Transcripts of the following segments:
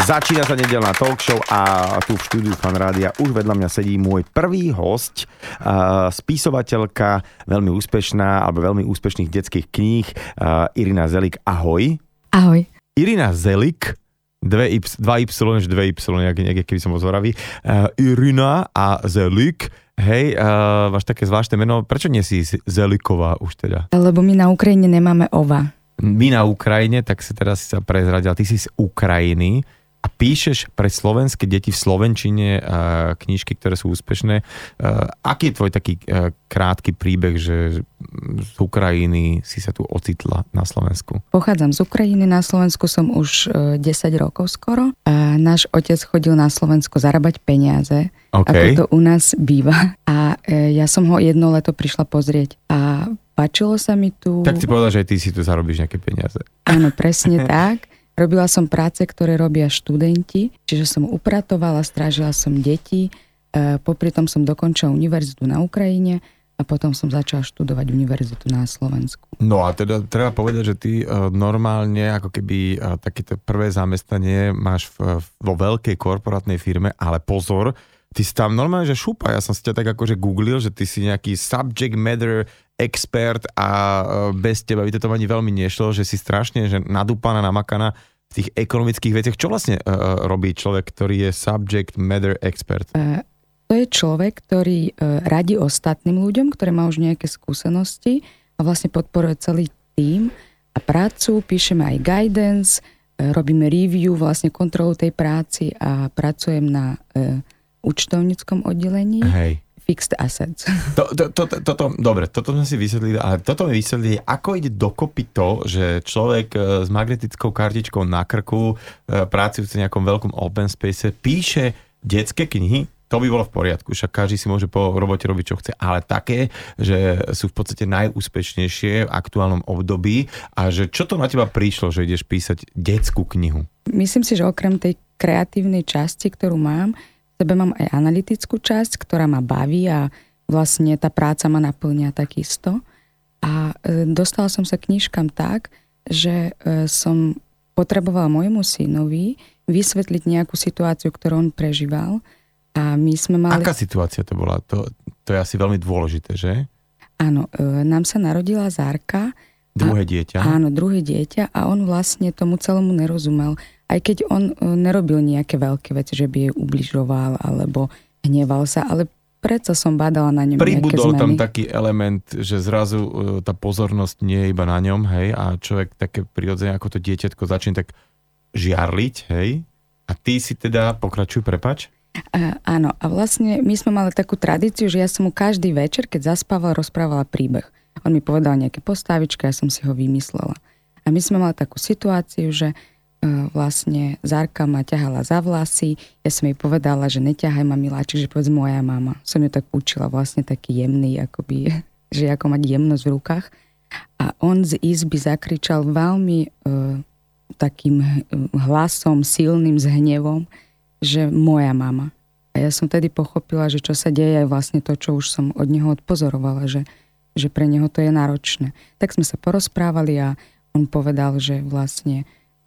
Začína sa nedeľná talk show a tu v štúdiu Fan Rádia už vedľa mňa sedí môj prvý hosť, spisovateľka, veľmi úspešná alebo veľmi úspešných detských kníh, Irina Zelik. Ahoj. Ahoj. Irina Zelik, 2Y, 2Y, keby som bol zhoravý. Irina a Zelik. Hej, máš také zvláštne meno. Prečo nie si Zeliková už teda? Lebo my na Ukrajine nemáme ova. My na Ukrajine, tak si teraz sa prezradila. Ty si z Ukrajiny a píšeš pre slovenské deti v slovenčine knižky, ktoré sú úspešné. Aký je tvoj taký krátky príbeh, že z Ukrajiny si sa tu ocitla na Slovensku? Pochádzam z Ukrajiny, na Slovensku som už 10 rokov skoro. A náš otec chodil na Slovensko zarábať peniaze, ako to u nás býva. A ja som ho jedno leto prišla pozrieť a páčilo sa mi tu. Tak si povedal, že aj ty si tu zarobíš nejaké peniaze. Áno, presne tak. Robila som práce, ktoré robia študenti, čiže som upratovala, strážila som deti, popri tom som dokončila univerzitu na Ukrajine a potom som začala študovať univerzitu na Slovensku. No a teda treba povedať, že ty normálne ako keby takéto prvé zamestnanie máš vo veľkej korporátnej firme, ale pozor, ty si tam normálne, že šupa. Ja som si ťa tak akože googlil, že ty si nejaký subject matter expert a bez teba by to ani veľmi nešlo, že si strašne že nadúpaná, namakaná v tých ekonomických veciach. Čo vlastne robí človek, ktorý je subject matter expert? To je človek, ktorý radí ostatným ľuďom, ktoré má už nejaké skúsenosti a vlastne podporuje celý tím a prácu, píšeme aj guidance, robíme review, vlastne kontrolu tej práci a pracujem na účtovníckom oddelení. Hej. Fixed assets. Dobre, toto sme si vysvetlili, ale toto mi vysvetlili, ako ide dokopy to, že človek s magnetickou kartičkou na krku, pracujúci v nejakom veľkom open space, píše detské knihy. To by bolo v poriadku, však každý si môže po robote robiť, čo chce, ale také, že sú v podstate najúspešnejšie v aktuálnom období a že čo to na teba prišlo, že ideš písať detskú knihu? Myslím si, že okrem tej kreatívnej časti, ktorú mám, v sebe mám aj analytickú časť, ktorá ma baví a vlastne tá práca ma naplňa takisto. A dostala som sa knižkám tak, že som potrebovala môjmu synovi vysvetliť nejakú situáciu, ktorú on prežíval. A my sme mali... Aká situácia to bola? To je asi veľmi dôležité, že? Áno, nám sa narodila Zárka. Druhé dieťa? Áno, druhé dieťa a on vlastne tomu celému nerozumel. Aj keď on nerobil nejaké veľké veci, že by jej ubližoval alebo hneval sa, ale predsa som bádala na ňom nejaké zmeny. Pribudol tam taký element, že zrazu tá pozornosť nie je iba na ňom, hej, a človek také prirodzene ako to dieťatko začne tak žiarliť, hej, a ty si teda pokračuj, prepáč? Áno, a vlastne my sme mali takú tradíciu, že ja som mu každý večer, keď zaspával, rozprávala príbeh. On mi povedal nejaké postavičky, ja som si ho vymyslela. A my sme mali takú situáciu, že vlastne Zárka ma ťahala za vlasy, ja som jej povedala, že neťahaj ma miláčik, že povedz moja mama. Som ju tak učila, vlastne taký jemný, akoby, že ako mať jemnosť v rukách. A on z izby zakričal veľmi takým hlasom, silným, s hnevom, že moja mama. A ja som tedy pochopila, že čo sa deje, je vlastne to, čo už som od neho odpozorovala, že pre neho to je náročné. Tak sme sa porozprávali a on povedal, že vlastne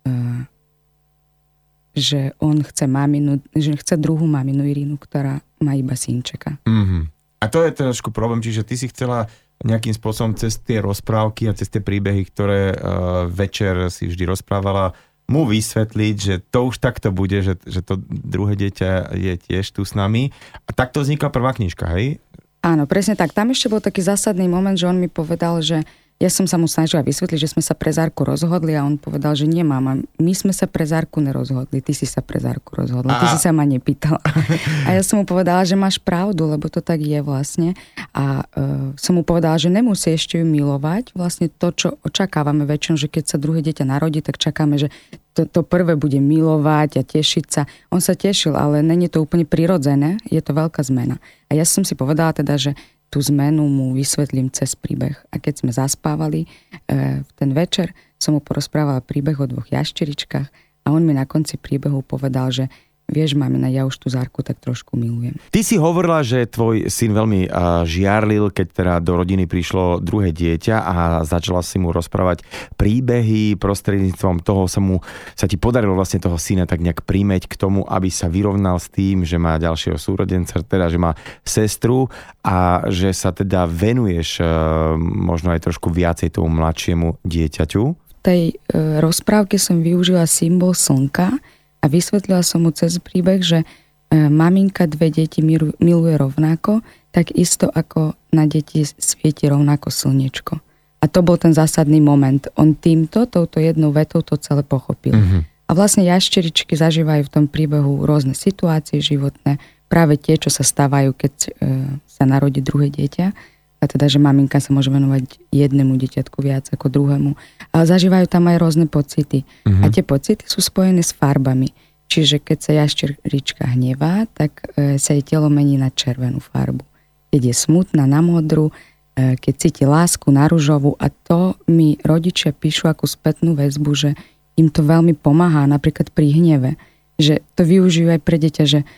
že on chce maminu, že chce druhú maminu Irinu, ktorá má iba synčeka. Mm-hmm. A to je trošku problém, čiže ty si chcela nejakým spôsobom cez tie rozprávky a cez tie príbehy, ktoré večer si vždy rozprávala, mu vysvetliť, že to už takto bude, že to druhé dieťa je tiež tu s nami. A takto vznikla prvá knižka, hej? Áno, presne tak. Tam ešte bol taký zásadný moment, že on mi povedal, že ja som sa mu snažila vysvetliť, že sme sa pre Zárku rozhodli a on povedal, že nie, mama, my sme sa pre Zárku nerozhodli, ty si sa pre Zárku rozhodla, ty si sa ma nepýtala. A ja som mu povedala, že máš pravdu, lebo to tak je vlastne. A som mu povedala, že nemusí ešte ju milovať. Vlastne to, čo očakávame väčšinou, že keď sa druhé dieťa narodí, tak čakáme, že to prvé bude milovať a tešiť sa. On sa tešil, ale není to úplne prirodzené, je to veľká zmena. A ja som si povedala teda, že tú zmenu mu vysvetlím cez príbeh. A keď sme zaspávali v ten večer, som mu porozprávala príbeh o 2 jašteričkách a on mi na konci príbehu povedal, že vieš, mamina, ja už tú Zárku tak trošku milujem. Ty si hovorila, že tvoj syn veľmi žiarlil, keď teda do rodiny prišlo druhé dieťa a začala si mu rozprávať príbehy, prostredníctvom toho sa ti podarilo vlastne toho syna tak nejak príjmeť k tomu, aby sa vyrovnal s tým, že má ďalšieho súrodenca, teda že má sestru a že sa teda venuješ možno aj trošku viacej tomu mladšiemu dieťaťu. V tej rozprávke som využila symbol slnka a vysvetlila som mu cez príbeh, že maminka dve deti miluje rovnako, tak isto ako na deti svieti rovnako slnečko. A to bol ten zásadný moment. On touto jednou vetou to celé pochopil. A vlastne jašteričky zažívajú v tom príbehu rôzne situácie životné, práve tie, čo sa stávajú, keď sa narodí druhé dieťa. A teda, že maminka sa môže venovať jednému dieťatku viac ako druhému. Ale zažívajú tam aj rôzne pocity. A tie pocity sú spojené s farbami. Čiže keď sa jašterička hnevá, tak sa jej telo mení na červenú farbu. Keď je smutná, na modrú, keď cíti lásku, na ružovú. A to mi rodičia píšu ako spätnú väzbu, že im to veľmi pomáha, napríklad pri hneve. Že to využijú aj pre dieťa, že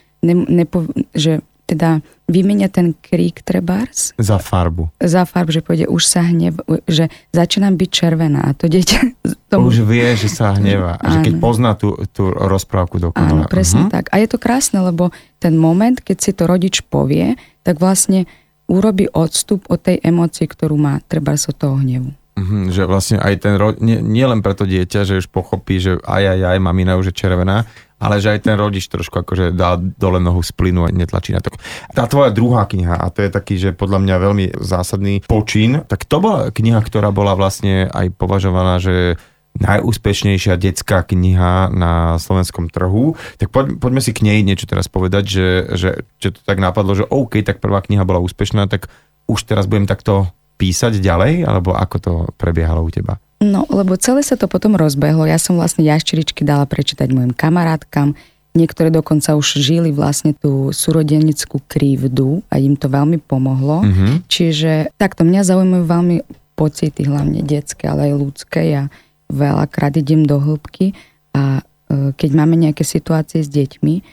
teda vymenia ten krík trebárs. Za farbu, že povede, už sa že začínam byť červená. A to dieťa... Už vie, že sa hnevá. A že keď pozná tú rozprávku dokonale. Áno, presne tak. A je to krásne, lebo ten moment, keď si to rodič povie, tak vlastne urobí odstup od tej emócie, ktorú má trebárs od toho hnevu. Že vlastne aj ten nie len pre to dieťa, že už pochopí, že aj mamina už je červená, ale že aj ten rodič trošku akože dá dole nohu z plynu a netlačí na to. Tá tvoja druhá kniha, a to je taký, že podľa mňa veľmi zásadný počin, tak to bola kniha, ktorá bola vlastne aj považovaná, že najúspešnejšia detská kniha na slovenskom trhu. Tak poďme si k nej niečo teraz povedať, že to tak napadlo, že OK, tak prvá kniha bola úspešná, tak už teraz budem takto písať ďalej, alebo ako to prebiehalo u teba? No, lebo celé sa to potom rozbehlo. Ja som vlastne jašteričky dala prečítať mojim kamarátkam. Niektoré dokonca už žili vlastne tú súrodenickú krivdu a im to veľmi pomohlo. Čiže takto mňa zaujímajú veľmi pocity, hlavne detské, ale aj ľudské. Ja veľakrát idem do hĺbky a keď máme nejaké situácie s deťmi,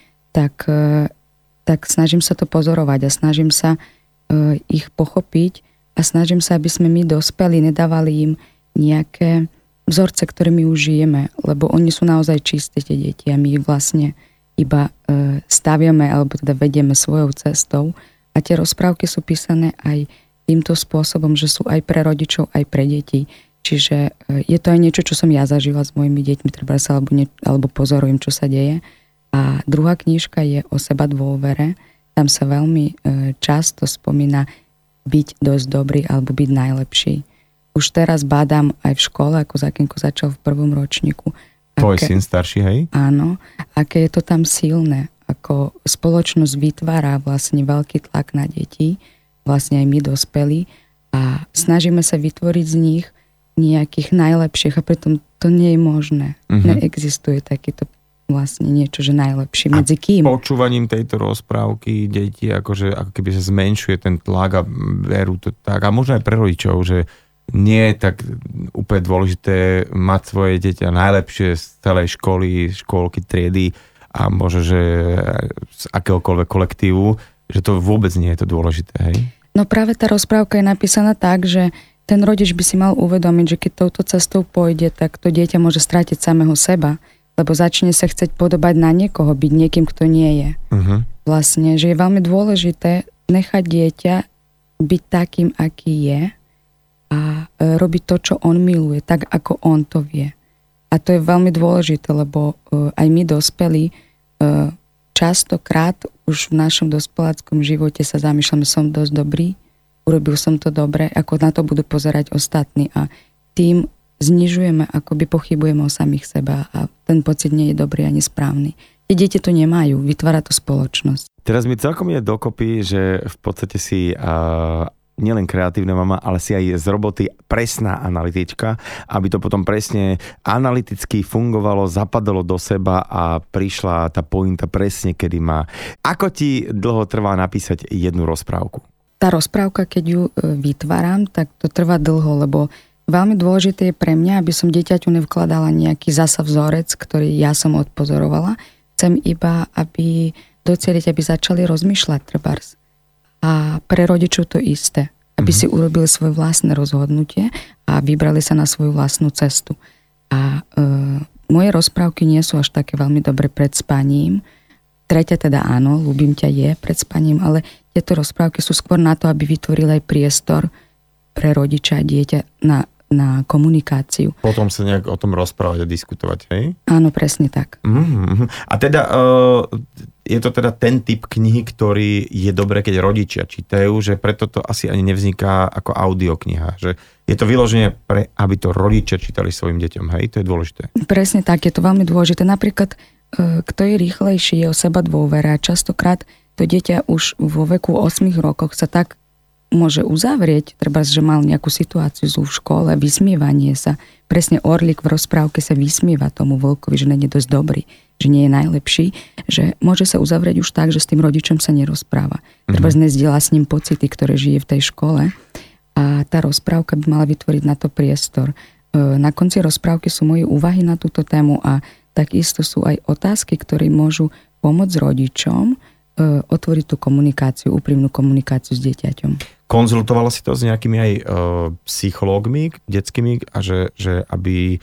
tak snažím sa to pozorovať a snažím sa ich pochopiť a snažím sa, aby sme my dospeli, nedávali im nejaké vzorce, ktoré my už žijeme, lebo oni sú naozaj čisté, tie deti, a my ich vlastne iba staviame, alebo teda vedieme svojou cestou. A tie rozprávky sú písané aj týmto spôsobom, že sú aj pre rodičov, aj pre deti. Čiže je to aj niečo, čo som ja zažila s mojimi deťmi, alebo pozorujem, čo sa deje. A druhá knižka je o seba dôvere. Tam sa veľmi často spomína byť dosť dobrý alebo byť najlepší. Už teraz bádam aj v škole, ako Zakinko začal v prvom ročníku. Tvoj syn starší, hej? Áno. Aké je to tam silné. Ako spoločnosť vytvára vlastne veľký tlak na deti, vlastne aj my dospelí, a snažíme sa vytvoriť z nich nejakých najlepších, a pritom to nie je možné. Neexistuje takýto vlastne niečo, že najlepší. Medzi kým? Počúvaním tejto rozprávky deti ako keby sa zmenšuje ten tlak a berú to tak. A možno aj pre rodičov, že nie je tak úplne dôležité mať svoje dieťa najlepšie z celej škôlky, triedy a možno, že z akéhokoľvek kolektívu, že to vôbec nie je to dôležité, hej? No práve tá rozprávka je napísaná tak, že ten rodič by si mal uvedomiť, že keď touto cestou pôjde, tak to dieťa môže strátiť samého seba, lebo začne sa chcieť podobať na niekoho, byť niekým, kto nie je. Vlastne, že je veľmi dôležité nechať dieťa byť takým, aký je, a robiť to, čo on miluje, tak ako on to vie. A to je veľmi dôležité, lebo aj my dospelí častokrát už v našom dospeláckom živote sa zamýšľame, som dosť dobrý, urobil som to dobre, ako na to budú pozerať ostatní, a tým znižujeme, akoby pochybujeme o samých seba, a ten pocit nie je dobrý ani správny. Tie deti to nemajú, vytvára to spoločnosť. Teraz mi celkom je dokopy, že v podstate si nielen kreatívna mama, ale si aj z roboty presná analytička, aby to potom presne analyticky fungovalo, zapadalo do seba a prišla tá pointa presne, kedy má. Ako ti dlho trvá napísať jednu rozprávku? Tá rozprávka, keď ju vytváram, tak to trvá dlho, lebo veľmi dôležité je pre mňa, aby som dieťaťu nevkladala nejaký zasa vzorec, ktorý ja som odpozorovala. chcem iba, aby docieliť, aby začali rozmýšľať trebárs. A pre rodičov to isté. Aby si urobili svoje vlastné rozhodnutie a vybrali sa na svoju vlastnú cestu. A moje rozprávky nie sú až také veľmi dobre pred spaním. Tretia teda áno, ľúbim ťa je pred spaním, ale tieto rozprávky sú skôr na to, aby vytvorili aj priestor pre rodiča a dieťa na komunikáciu. Potom sa nejak o tom rozprávať a diskutovať, hej? Áno, presne tak. A teda je to teda ten typ knihy, ktorý je dobré, keď rodičia čítajú, že preto to asi ani nevzniká ako audiokniha, že je to vyloženie pre, aby to rodičia čítali svojim deťom, hej? To je dôležité. Presne tak, je to veľmi dôležité. Napríklad, kto je rýchlejší, je o seba dôvera. Častokrát to dieťa už vo veku 8 rokoch sa tak môže uzavrieť, treba, že mal nejakú situáciu zlú v škole, vysmievanie sa. Presne Orlík v rozprávke sa vysmieva tomu vlkovi, že nie je dosť dobrý, že nie je najlepší, že môže sa uzavrieť už tak, že s tým rodičom sa nerozpráva. Treba nezdieľa s ním pocity, ktoré žije v tej škole a tá rozprávka by mala vytvoriť na to priestor. Na konci rozprávky sú moje úvahy na túto tému a takisto sú aj otázky, ktoré môžu pomôcť rodičom otvoriť tú komunikáciu, úprimnú komunikáciu s dieťaťom. Konzultovala si to s nejakými aj psychológmi detskými a že aby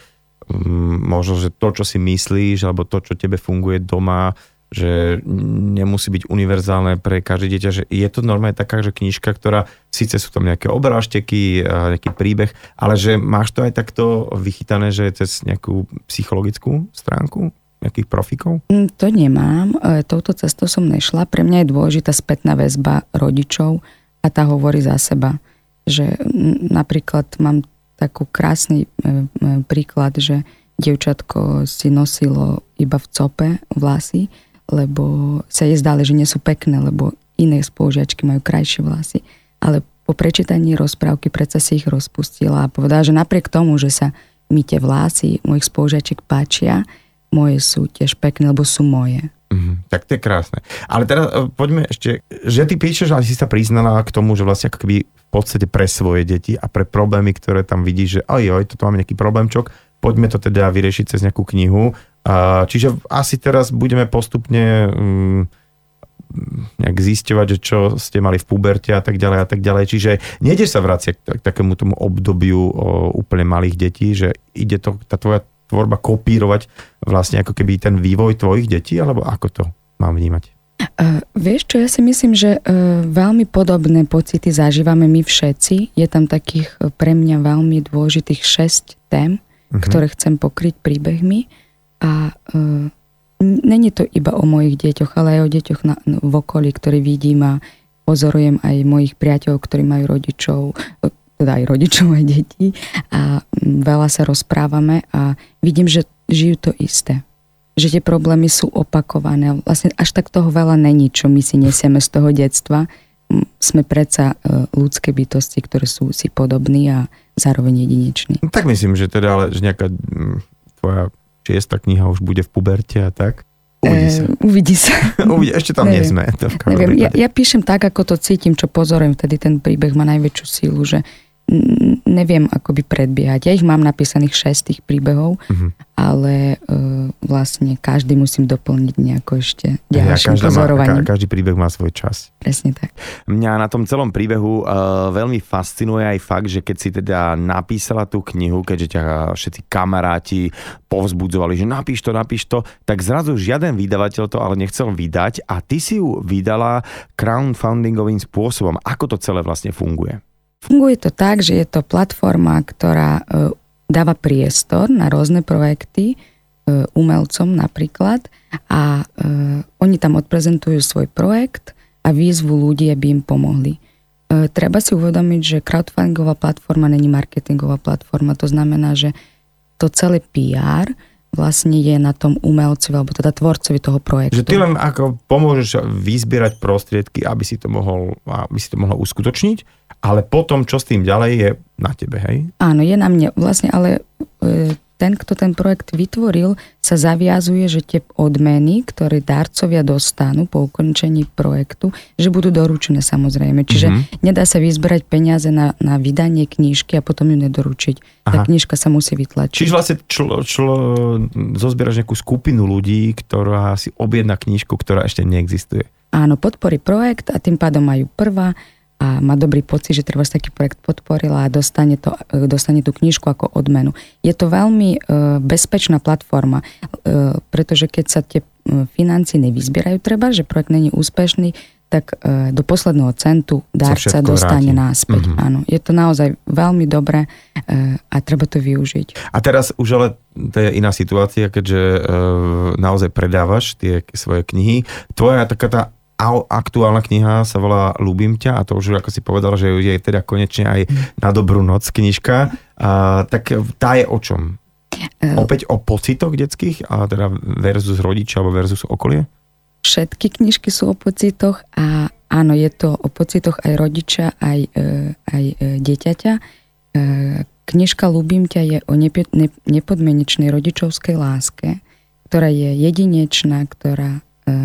možno, že to, čo si myslíš, alebo to, čo tebe funguje doma, že nemusí byť univerzálne pre každé dieťa, že je to normálne taká, že knižka, ktorá, síce sú tam nejaké obrážteky, nejaký príbeh, ale že máš to aj takto vychytané, že cez nejakú psychologickú stránku? Nejakých profikov? To nemám. Touto cestou som nešla. Pre mňa je dôležitá spätná väzba rodičov a tá hovorí za seba. Že napríklad mám takú krásny príklad, že dievčatko si nosilo iba v cope vlasy, lebo sa jej zdali, že nie sú pekné, lebo iné spolužiačky majú krajšie vlasy. Ale po prečítaní rozprávky predsa si ich rozpustila a povedala, že napriek tomu, že sa mi tie vlasy mojich spolužiačiek páčia, moje sú tiež pekné, lebo sú moje. Tak to je krásne. Ale teda poďme ešte, že ty píšeš, ale si sa priznala k tomu, že vlastne ako keby v podstate pre svoje deti a pre problémy, ktoré tam vidíš, že toto máme nejaký problémčok, poďme to teda vyriešiť cez nejakú knihu. Čiže asi teraz budeme postupne nejak zisťovať, že čo ste mali v puberte a tak ďalej a tak ďalej. Čiže nejdeš sa vraciať k takému tomu obdobiu úplne malých detí, že ide to, tá tvoja tvorba kopírovať vlastne ako keby ten vývoj tvojich detí, alebo ako to mám vnímať? Vieš čo, ja si myslím, že veľmi podobné pocity zažívame my všetci. Je tam takých pre mňa veľmi dôležitých 6 tém, ktoré chcem pokryť príbehmi a není to iba o mojich deťoch, ale aj o deťoch v okolí, ktoré vidím a pozorujem aj mojich priateľov, ktorí majú rodičov, teda aj rodičov, aj detí a veľa sa rozprávame a vidím, že žijú to isté. Že tie problémy sú opakované. Vlastne až tak toho veľa není, čo my si nesieme z toho detstva. Sme predsa ľudské bytosti, ktoré sú si podobní a zároveň jedineční. Tak myslím, že teda, ale že nejaká tvoja 6. kniha už bude v puberte a tak. Uvidí sa. Ešte tam nie sme. Neviem. Ja píšem tak, ako to cítim, čo pozorujem. Vtedy ten príbeh má najväčšiu sílu, že neviem akoby predbiehať. Ja ich mám napísaných 6 tých príbehov, ale vlastne každý musím doplniť nejako ešte ďalším pozorovaním. Každý príbeh má svoj čas. Presne tak. Mňa na tom celom príbehu veľmi fascinuje aj fakt, že keď si teda napísala tú knihu, keďže ťa všetci kamaráti povzbudzovali, že napíš to, tak zrazu žiaden vydavateľ to ale nechcel vydať a ty si ju vydala crowdfundingovým spôsobom. Ako to celé vlastne funguje? Funguje to tak, že je to platforma, ktorá dáva priestor na rôzne projekty umelcom napríklad a oni tam odprezentujú svoj projekt a výzvu ľudí, aby im pomohli. Treba si uvedomiť, že crowdfundingová platforma není marketingová platforma, to znamená, že to celé PR vlastne je na tom umelcovi, alebo teda tvorcovi toho projektu. Že ty len ako pomôžeš vyzbierať prostriedky, aby si to mohlo uskutočniť, ale potom, čo s tým ďalej, je na tebe, hej? Áno, je na mne. Vlastne, ale ten, kto ten projekt vytvoril, sa zaviazuje, že tie odmeny, ktoré darcovia dostanú po ukončení projektu, že budú doručené samozrejme. Čiže nedá sa vyzberať peniaze na vydanie knižky a potom ju nedoručiť. Tá knižka sa musí vytlačiť. Čiže vlastne zozbieraš nejakú skupinu ľudí, ktorá si objedná knižku, ktorá ešte neexistuje. Áno, podporí projekt a tým pádom majú prvá a má dobrý pocit, že treba taký projekt podporila a dostane tú knižku ako odmenu. Je to veľmi bezpečná platforma, pretože keď sa tie financie nevyzbierajú treba, že projekt není úspešný, tak do posledného centu darca dostane náspäť. Áno, je to naozaj veľmi dobré a treba to využiť. A teraz už ale to je iná situácia, keďže naozaj predávaš tie svoje knihy. Tvoja taká tá aktuálna kniha sa volá Ľúbim ťa a to už ako si povedal, že je teda konečne aj na dobrú noc knižka. Tak tá je o čom? Opäť o pocitoch detských a teda versus rodičia alebo versus okolie? Všetky knižky sú o pocitoch a áno, je to o pocitoch aj rodiča, aj dieťaťa. Knižka Ľúbim ťa je o nepodmienečnej rodičovskej láske, ktorá je jedinečná, ktorá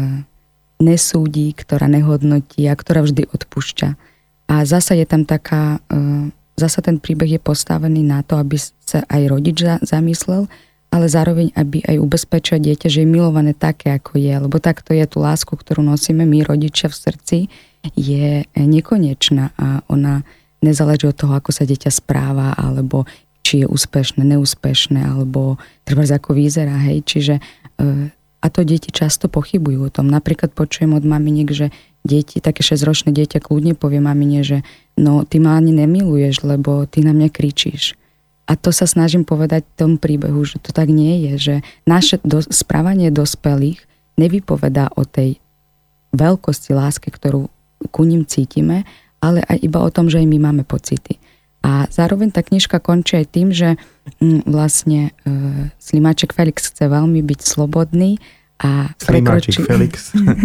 nesúdi, ktorá nehodnotí a ktorá vždy odpúšťa. A zasa je tam zasa ten príbeh je postavený na to, aby sa aj rodič zamyslel, ale zároveň, aby aj ubezpečil dieťa, že je milované také, ako je. Lebo takto je tú lásku, ktorú nosíme my, rodičia v srdci, je nekonečná a ona nezáleží od toho, ako sa dieťa správa, alebo či je úspešné, neúspešné, alebo treba ako vyzerá, hej. Čiže a to deti často pochybujú o tom. Napríklad počujem od maminiek, že deti, také 6-ročné dieťa kľudne povie mamine, že no ty ma ani nemiluješ, lebo ty na mňa kričíš. A to sa snažím povedať v tom príbehu, že to tak nie je, že naše správanie dospelých nevypovedá o tej veľkosti lásky, ktorú ku ním cítime, ale aj iba o tom, že aj my máme pocity. A zároveň tá knižka končí aj tým, že vlastne Slimáček Felix chce veľmi byť slobodný a Slimáček Felix.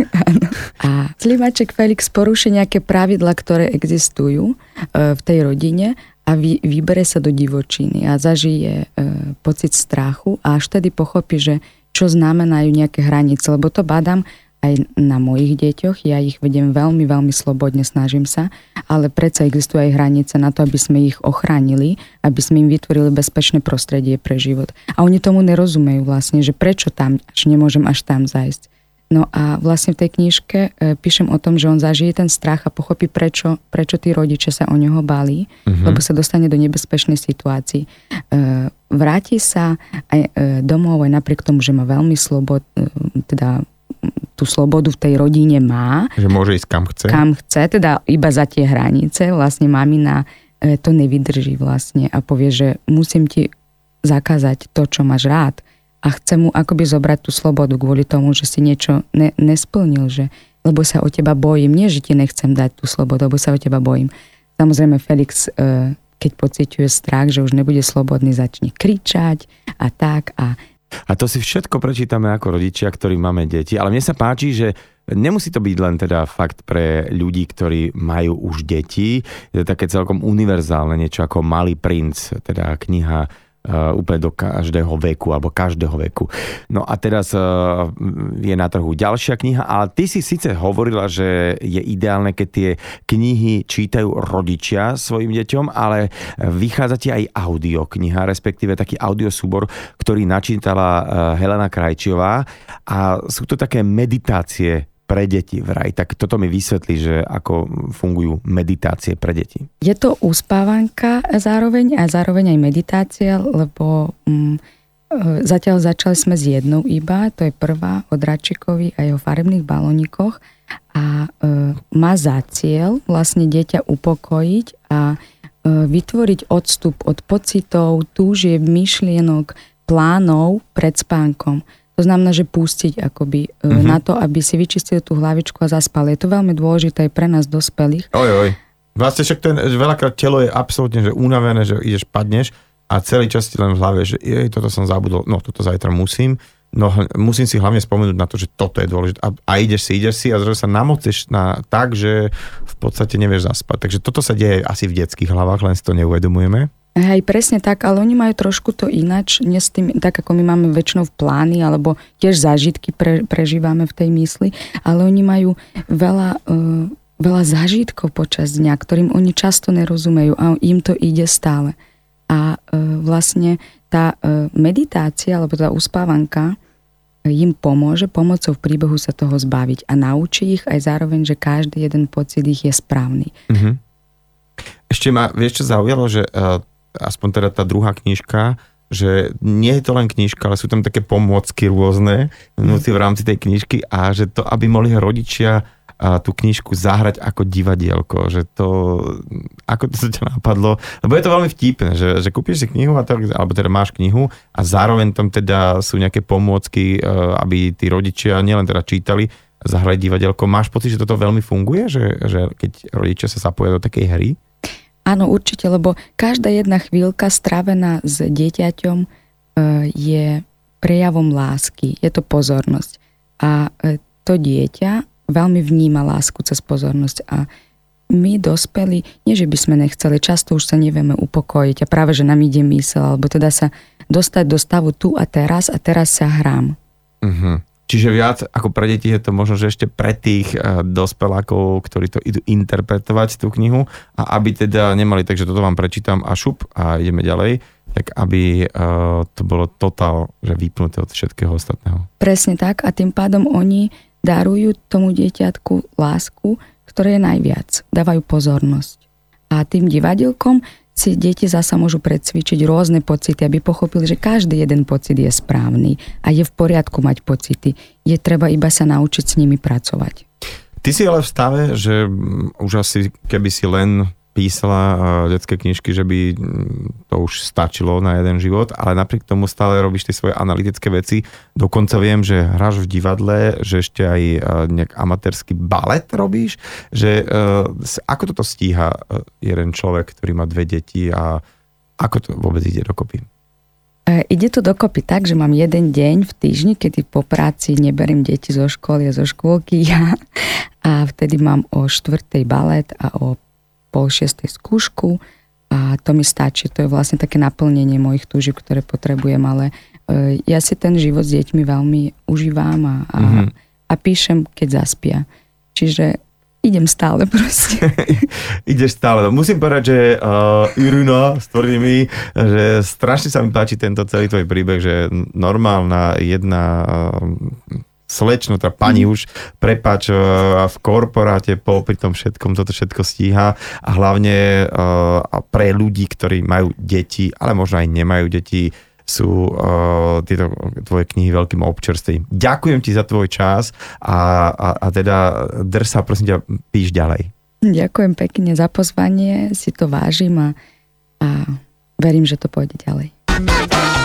A Slimáček Felix poruší nejaké pravidlá, ktoré existujú v tej rodine a vybere sa do divočiny a zažije pocit strachu a až tedy pochopí, že čo znamenajú nejaké hranice, lebo to badám aj na mojich deťoch, ja ich vediem veľmi, veľmi slobodne, snažím sa, ale predsa existujú aj hranice na to, aby sme ich ochránili, aby sme im vytvorili bezpečné prostredie pre život. A oni tomu nerozumejú vlastne, že prečo tam, až nemôžem až tam zájsť. No a vlastne v tej knižke píšem o tom, že on zažije ten strach a pochopí, prečo tí rodičia sa o neho báli, lebo sa dostane do nebezpečnej situácii. Vráti sa aj domov aj napriek tomu, že má veľmi tú slobodu v tej rodine má. Že môže ísť kam chce. Kam chce, teda iba za tie hranice. Vlastne mamina to nevydrží vlastne a povie, že musím ti zakázať to, čo máš rád. A chce mu akoby zobrať tú slobodu kvôli tomu, že si niečo nesplnil, lebo sa o teba bojím. Nie, že ti nechcem dať tú slobodu, lebo sa o teba bojím. Samozrejme Felix, keď pociťuje strach, že už nebude slobodný, začne kričať a tak A to si všetko prečítame ako rodičia, ktorí máme deti. Ale mne sa páči, že nemusí to byť len teda fakt pre ľudí, ktorí majú už deti. Je to také celkom univerzálne, niečo ako Malý princ, teda kniha úplne do každého veku, alebo každého veku. No a teraz je na trhu ďalšia kniha, ale ty si síce hovorila, že je ideálne, keď tie knihy čítajú rodičia svojim deťom, ale vychádza ti aj audiokniha, respektíve taký audiosúbor, ktorý načítala Helena Krajčiová a sú to také meditácie pre deti vraj. Tak toto mi vysvetlí, že ako fungujú meditácie pre deti. Je to uspávanka zároveň aj meditácia, lebo zatiaľ začali sme s jednou iba, to je prvá od Radčíkovi a jeho farebných balónikoch a má za cieľ vlastne dieťa upokojiť a vytvoriť odstup od pocitov, túžieb, myšlienok, plánov pred spánkom. To znamená, že pustiť akoby na to, aby si vyčistil tú hlavičku a zaspal. Je to veľmi dôležité aj pre nás dospelých. Vlastne však veľakrát telo je absolútne že unavené, že ideš, padneš a celý čas ti len v hlave, že toto som zabudol, no toto zajtra musím. No musím si hlavne spomenúť na to, že toto je dôležité. A ideš si a zrazu sa namoceš tak, že v podstate nevieš zaspať. Takže toto sa deje asi v detských hlavách, len si to neuvedomujeme. Hej, presne tak, ale oni majú trošku to ináč, nie s tým, tak ako my máme väčšinou v plány, alebo tiež zážitky prežívame v tej mysli, ale oni majú veľa zážitkov počas dňa, ktorým oni často nerozumejú a im to ide stále. A vlastne tá meditácia, alebo tá uspávanka im pomôže pomocou príbehu sa toho zbaviť a naučí ich aj zároveň, že každý jeden pocit ich je správny. Mhm. Ešte ma, vieš čo zaujalo, že aspoň teda tá druhá knižka, že nie je to len knižka, ale sú tam také pomôcky rôzne v rámci tej knižky a že to, aby mohli rodičia tú knižku zahrať ako divadielko, že to, ako to sa ťa napadlo, lebo je to veľmi vtipné, že kúpiš si knihu, alebo teda máš knihu a zároveň tam teda sú nejaké pomôcky, aby tí rodičia nielen teda čítali, zahrali divadielko. Máš pocit, že toto veľmi funguje, že keď rodičia sa zapoja do takej hry? Áno, určite, lebo každá jedna chvíľka strávená s dieťaťom je prejavom lásky, je to pozornosť. A to dieťa veľmi vníma lásku cez pozornosť. A my dospelí, nie že by sme nechceli, často už sa nevieme upokojiť a práve, že nám ide mysel, alebo teda sa dostať do stavu tu a teraz sa hrám. Mhm. Čiže viac ako pre deti je to možno, že ešte pre tých dospelákov, ktorí to idú interpretovať tú knihu a aby teda nemali, takže toto vám prečítam a šup a ideme ďalej, tak aby to bolo totál, že vypnuté od všetkého ostatného. Presne tak a tým pádom oni darujú tomu dieťatku lásku, ktoré je najviac. Dávajú pozornosť. A tým divadielkom si deti zasa môžu predsvičiť rôzne pocity, aby pochopili, že každý jeden pocit je správny a je v poriadku mať pocity. Je treba iba sa naučiť s nimi pracovať. Ty si ale v stave, že už asi keby si len písala detské knižky, že by to už stačilo na jeden život, ale napriek tomu stále robíš tie svoje analytické veci. Dokonca viem, že hráš v divadle, že ešte aj nejak amatérsky balet robíš. Že, ako toto stíha jeden človek, ktorý má 2 deti a ako to vôbec ide dokopy? Ide to dokopy tak, že mám jeden deň v týždni, kedy po práci neberiem deti zo školy a zo škôlky a vtedy mám o 4:00 balet a o 5:30 skúšku a to mi stačí. To je vlastne také naplnenie mojich túžieb, ktoré potrebujem, ale ja si ten život s deťmi veľmi užívam a píšem, keď zaspia. Čiže idem stále proste. Ideš stále. Musím povedať, že Irina stvrdí mi, že strašne sa mi páči tento celý tvoj príbeh, že normálna jedna slečno, tá pani už, prepáč, v korporáte pri tom všetkom, toto všetko stíha a hlavne pre ľudí, ktorí majú deti, ale možno aj nemajú deti, sú tieto tvoje knihy veľkým občerstvením. Ďakujem ti za tvoj čas a teda drž sa, prosím ťa, píš ďalej. Ďakujem pekne za pozvanie, si to vážim a verím, že to pôjde ďalej.